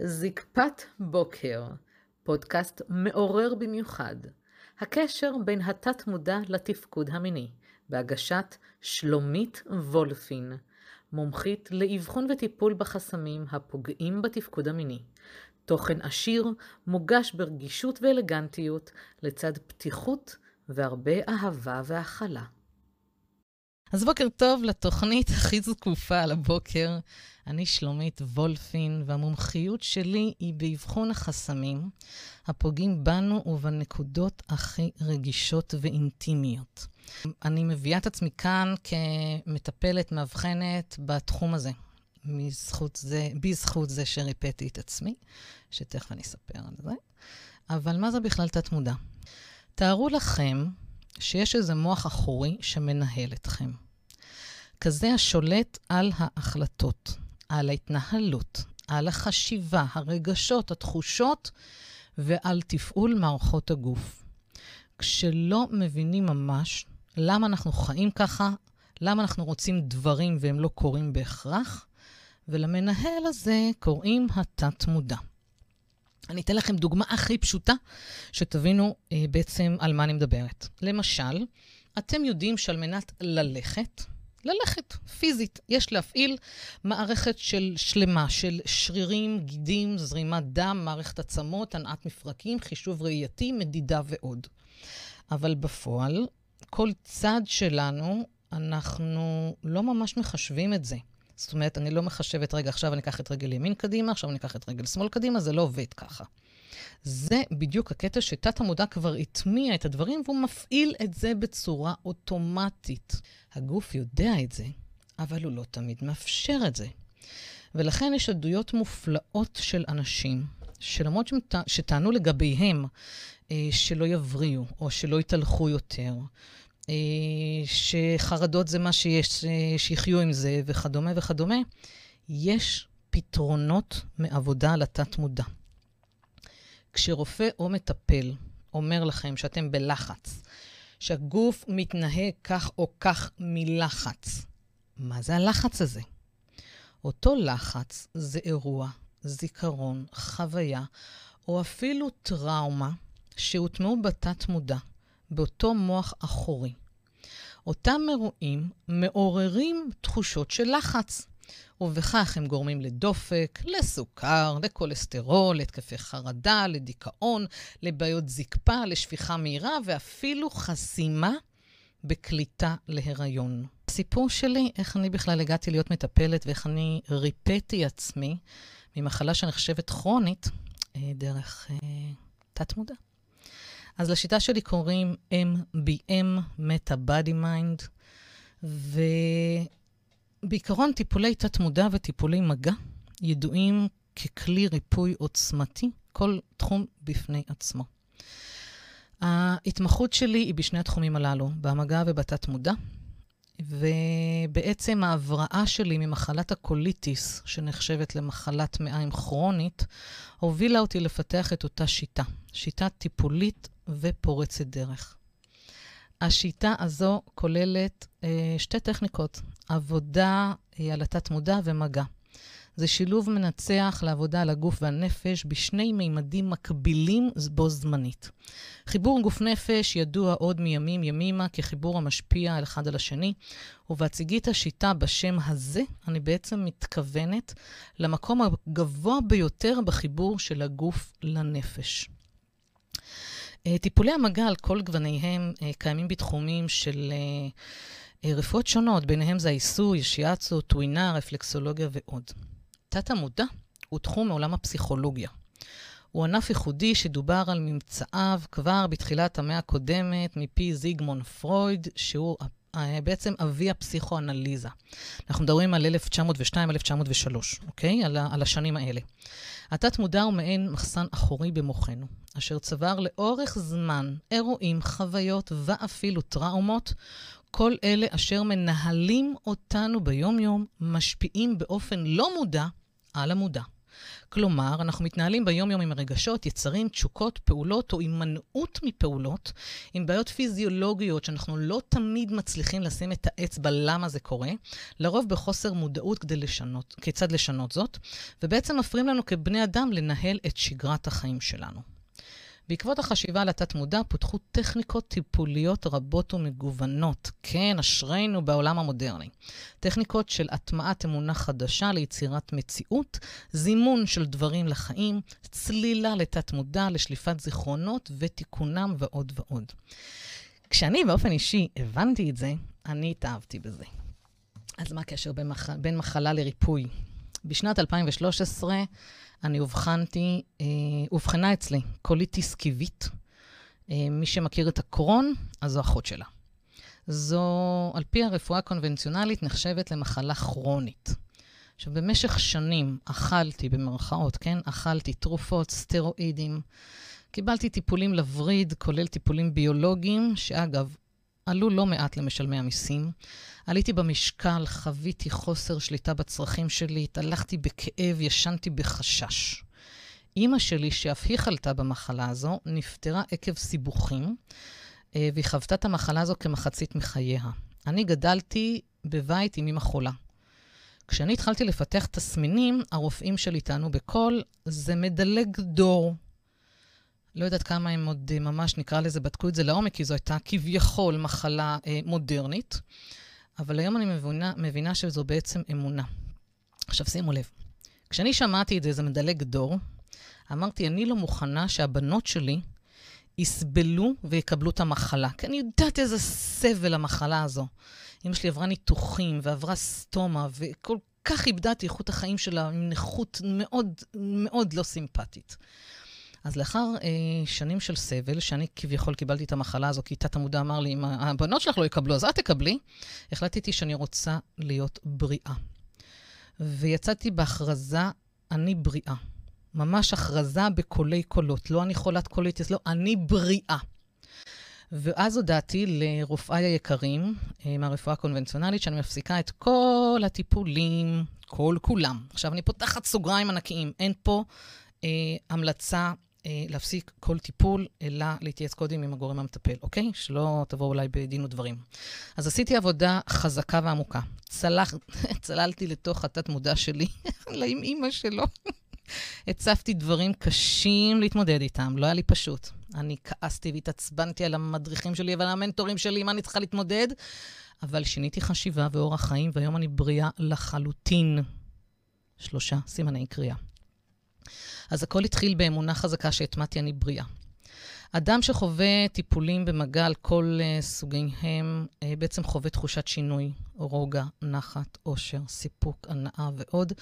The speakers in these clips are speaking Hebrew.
זקפת בוקר, פודקאסט מעורר במיוחד. הקשר בין התת מודע לתפקוד המיני, בהגשת שלומית וולפין, מומחית לאבחון וטיפול בחסמים הפוגעים בתפקוד המיני. תוכן עשיר, מוגש ברגישות ואלגנטיות, לצד פתיחות והרבה אהבה והכלה. אז בוקר טוב לתוכנית הכי זקופה על הבוקר. אני שלומית וולפין, והמומחיות שלי היא באבחון החסמים הפוגעים בנו ובנקודות הכי רגישות ואינטימיות. אני מביאה את עצמי כאן כמטפלת מאבחנת בתחום הזה, בזכות זה שריפאתי את עצמי, שתכף אני אספר על זה. אבל מה זה בכלל תת מודע? תארו לכם שיש איזה מוח אחורי שמנהל אתכם. כזה השולט על ההחלטות, על ההתנהלות, על החשיבה, הרגשות, התחושות ועל תפעול מערכות הגוף. כשלא מבינים ממש למה אנחנו חיים ככה, למה אנחנו רוצים דברים והם לא קורים בהכרח, ולמנהל הזה קוראים התת מודע. אני אתן לכם דוגמה הכי פשוטה, שתבינו בעצם על מה אני מדברת. למשל, אתם יודעים שעל מנת ללכת פיזית, יש להפעיל מערכת שלמה של שרירים, גידים, זרימת דם, מערכת עצמות, הנעת מפרקים, חישוב ראייתי, מדידה ועוד. אבל בפועל, כל צד שלנו, אנחנו לא ממש מחשבים את זה. זאת אומרת, אני לא מחשבת, רגע, עכשיו אני אקח את רגל ימין קדימה, עכשיו אני אקח את רגל שמאל קדימה, זה לא עובד ככה. זה בדיוק הקטע שתת המודע כבר הטמיע את הדברים, והוא מפעיל את זה בצורה אוטומטית. הגוף יודע את זה, אבל הוא לא תמיד מאפשר את זה. ולכן יש עדויות מופלאות של אנשים, שלמרות שטענו לגביהם שלא יבריאו, או שלא יתהלכו יותר, שחרדות זה מה שיש, שיחיו עם זה וכדומה וכדומה, יש פתרונות מעבודה לתת מודע. כשרופא או מטפל אומר לכם שאתם בלחץ, שהגוף מתנהג כך או כך מלחץ, מה זה הלחץ הזה? אותו לחץ זה אירוע, זיכרון, חוויה, או אפילו טראומה שהוטמעו בתת מודע, באותו מוח אחורי. אותם אירועים מעוררים תחושות של לחץ, ובכך הם גורמים לדופק, לסוכר, לכולסטרול, להתקפי חרדה, לדיכאון, לבעיות זקפה, לשפיכה מהירה, ואפילו חסימה בקליטה להיריון. הסיפור שלי, איך אני בכלל הגעתי להיות מטפלת, ואיך אני ריפאתי עצמי ממחלה שנחשבת כרונית, דרך תת מודע. אז לשיטה שלי קוראים MBM, Meta Body Mind, ובעיקרון טיפולי תת מודע וטיפולי מגע ידועים ככלי ריפוי עוצמתי, כל תחום בפני עצמו. ההתמחות שלי היא בשני התחומים הללו, במגע ובתת מודע, ובעצם ההבראה שלי ממחלת הקוליטיס, שנחשבת למחלת מעיים כרונית, הובילה אותי לפתח את אותה שיטה, שיטה טיפולית ופורצת דרך. השיטה הזו כוללת שתי טכניקות, עבודה על התת מודע ומגע. זה שילוב מנצח לעבודה על הגוף והנפש בשני מימדים מקבילים בו זמנית. חיבור גוף נפש ידוע עוד מימים ימימה כחיבור המשפיע על אחד על השני, ובהציגית השיטה בשם הזה אני בעצם מתכוונת למקום הגבוה ביותר בחיבור של הגוף לנפש. טיפולי המגע על כל גווניהם קיימים בתחומים של רפואות שונות, ביניהם זה העיסוי, שיאצו, טווינה, רפלקסולוגיה ועוד. תת המודע הוא תחום מעולם הפסיכולוגיה. הוא ענף ייחודי שדובר על ממצאיו כבר בתחילת המאה הקודמת מפי זיגמונד פרויד, שהוא בעצם אבי הפסיכואנליזה. אנחנו מדברים על 1902-1903, אוקיי? על השנים האלה. התת מודע הוא מעין מחסן אחורי במוחנו, אשר צבר לאורך זמן אירועים, חוויות ואפילו טראומות, כל אלה אשר מנהלים אותנו ביום-יום, משפיעים באופן לא מודע על המודע. כלומר, אנחנו מתנהלים ביום-יום עם הרגשות, יצרים, תשוקות, פעולות או הימנעות מפעולות, עם בעיות פיזיולוגיות שאנחנו לא תמיד מצליחים לשים את האצבע למה זה קורה, לרוב בחוסר מודעות כיצד לשנות זאת, ובעצם מפריעים לנו כבני אדם לנהל את שגרת החיים שלנו. בעקבות החשיבה על התת-מודע פותחו טכניקות טיפוליות רבות ומגוונות. כן, אשרינו בעולם המודרני. טכניקות של הטמעת אמונה חדשה ליצירת מציאות, זימון של דברים לחיים, צלילה לתת-מודע, לשליפת זיכרונות ותיקונם ועוד ועוד. כשאני באופן אישי הבנתי את זה, אני התאהבתי בזה. אז מה הקשר בין מחלה לריפוי? בשנת 2013 אני אובחנה אצלי קוליטיס קיבית. מי שמכיר את הקרון, אז זו אחות שלה. זו, על פי הרפואה הקונבנציונלית, נחשבת למחלה כרונית. עכשיו, במשך שנים אכלתי, במרכאות, כן? אכלתי תרופות, סטרואידים. קיבלתי טיפולים לווריד, כולל טיפולים ביולוגיים, שאגב, עלו לא מעט למשלמי המיסים. עליתי במשקל, חוויתי חוסר שליטה בצרכים שלי, התהלכתי בכאב, ישנתי בחשש. אמא שלי, שאף היא חלתה במחלה הזו, נפטרה עקב סיבוכים, והיא חוותה את המחלה הזו כמחצית מחייה. אני גדלתי בבית עם אמא חולה. כשאני התחלתי לפתח תסמינים, הרופאים שלי טענו בקול, זה מדלג דור. לא יודעת כמה הם עוד ממש נקרא לזה, בדקו את זה לעומק, כי זו הייתה כביכול מחלה מודרנית. אבל היום אני מבינה שזו בעצם אמונה. עכשיו שימו לב, כשאני שמעתי את זה, זה מדלג דור, אמרתי, אני לא מוכנה שהבנות שלי יסבלו ויקבלו את המחלה. כי אני יודעת איזה סבל המחלה הזו. אמא שלי עברה ניתוחים ועברה סטומה, וכל כך איבדה את איכות החיים שלה עם נכות מאוד מאוד לא סימפטית. אז לאחר שנים של סבל, שאני כביכול קיבלתי את המחלה הזו, כי תת-המודע אמר לי, אם הבנות שלך לא יקבלו, אז את תקבלי, החלטתי שאני רוצה להיות בריאה. ויצאתי בהכרזה, אני בריאה. ממש הכרזה בקולי קולות. לא אני חולת קוליטיס, לא, אני בריאה. ואז הודעתי לרופאי היקרים, מהרפואה הקונבנציונלית, שאני מפסיקה את כל הטיפולים, כולם. עכשיו אני פותחת סוגריים ענקיים, אין פה המלצה להפסיק כל טיפול, אלא להתייעץ קודם עם הגורם המטפל, אוקיי? שלא תבואו אולי בדין ודברים. אז עשיתי עבודה חזקה ועמוקה. צללתי לתוך התת-מודע שלי, עם אמא שלו. הצפתי דברים קשים להתמודד איתם, לא היה לי פשוט. אני כעסתי והתעצבנתי על המדריכים שלי ועל המנטורים שלי, מה אני צריכה להתמודד? אבל שיניתי חשיבה ואורח חיים, והיום אני בריאה לחלוטין. 3 סימני קריאה. אז הכל התחיל באמונה חזקה שהטמעתי אני בריאה. אדם שחווה טיפולים במגע על כל סוגיהם, בעצם חווה תחושת שינוי, רוגע, נחת, אושר, סיפוק, הנאה ועוד.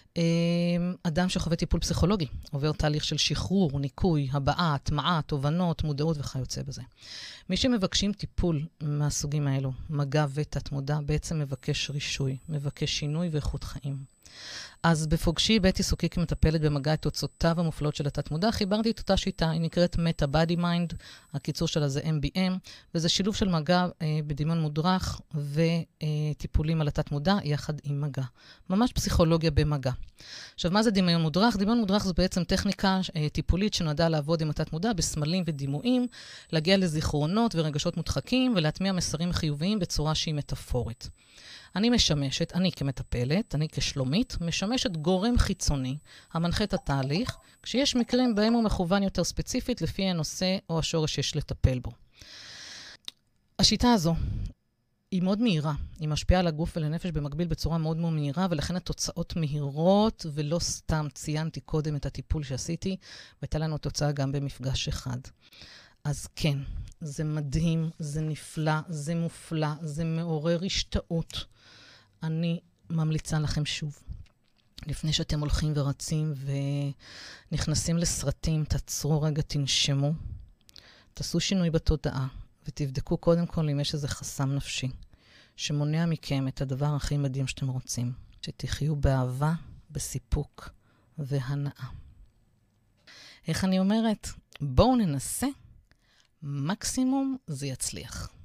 אדם שחווה טיפול פסיכולוגי, עובר תהליך של שחרור, ניקוי, הבעה, הטמעה, תובנות, מודעות וכיוצא בזה. מי שמבקשים טיפול מהסוגים האלו, מגע ותת-מודע, בעצם מבקש רישוי, מבקש שינוי ואיכות חיים. אז בפוגשי בית עיסוקי כמטפלת במגע את תוצאותיו המופלאות של התת-מודע, חיברתי את אותה שיטה, היא נקראת Meta Body Mind, הקיצור שלה זה MBM, וזה שילוב של מגע בדמיון מודרך וטיפולים על התת-מודע יחד עם מגע. ממש פסיכולוגיה במגע. עכשיו, מה זה דמיון מודרך? דמיון מודרך זו בעצם טכניקה טיפולית שנועדה לעבוד עם התת-מודע בסמלים ודימויים, להגיע לזיכרונות ורגשות מודחקים ולהטמיע מסרים חיוביים בצורה שהיא מטאפורית. אני משמשת, אני כמטפלת, אני כשלומית, משמשת גורם חיצוני, המנחה את התהליך, כשיש מקרים בהם הוא מכוון יותר ספציפית לפי הנושא או השורש שיש לטפל בו. השיטה הזו היא מאוד מהירה, היא משפיעה על הגוף ולנפש במקביל בצורה מאוד מאוד מהירה, ולכן התוצאות מהירות, ולא סתם ציינתי קודם את הטיפול שעשיתי, והייתה לנו תוצאה גם במפגש אחד. אז כן, זה מדהים, זה נפלא, זה מופלא, זה מעורר השתאות. אני ממליצה לכם שוב, לפני שאתם הולכים ורצים ונכנסים לסרטים, תעצרו רגע, תנשמו, תעשו שינוי בתודעה, ותבדקו קודם כל אם יש איזה חסם נפשי, שמונע מכם את הדבר הכי מדהים שאתם רוצים, שתחיו באהבה, בסיפוק והנאה. איך אני אומרת? בואו ננסה, מקסימום זה יצליח.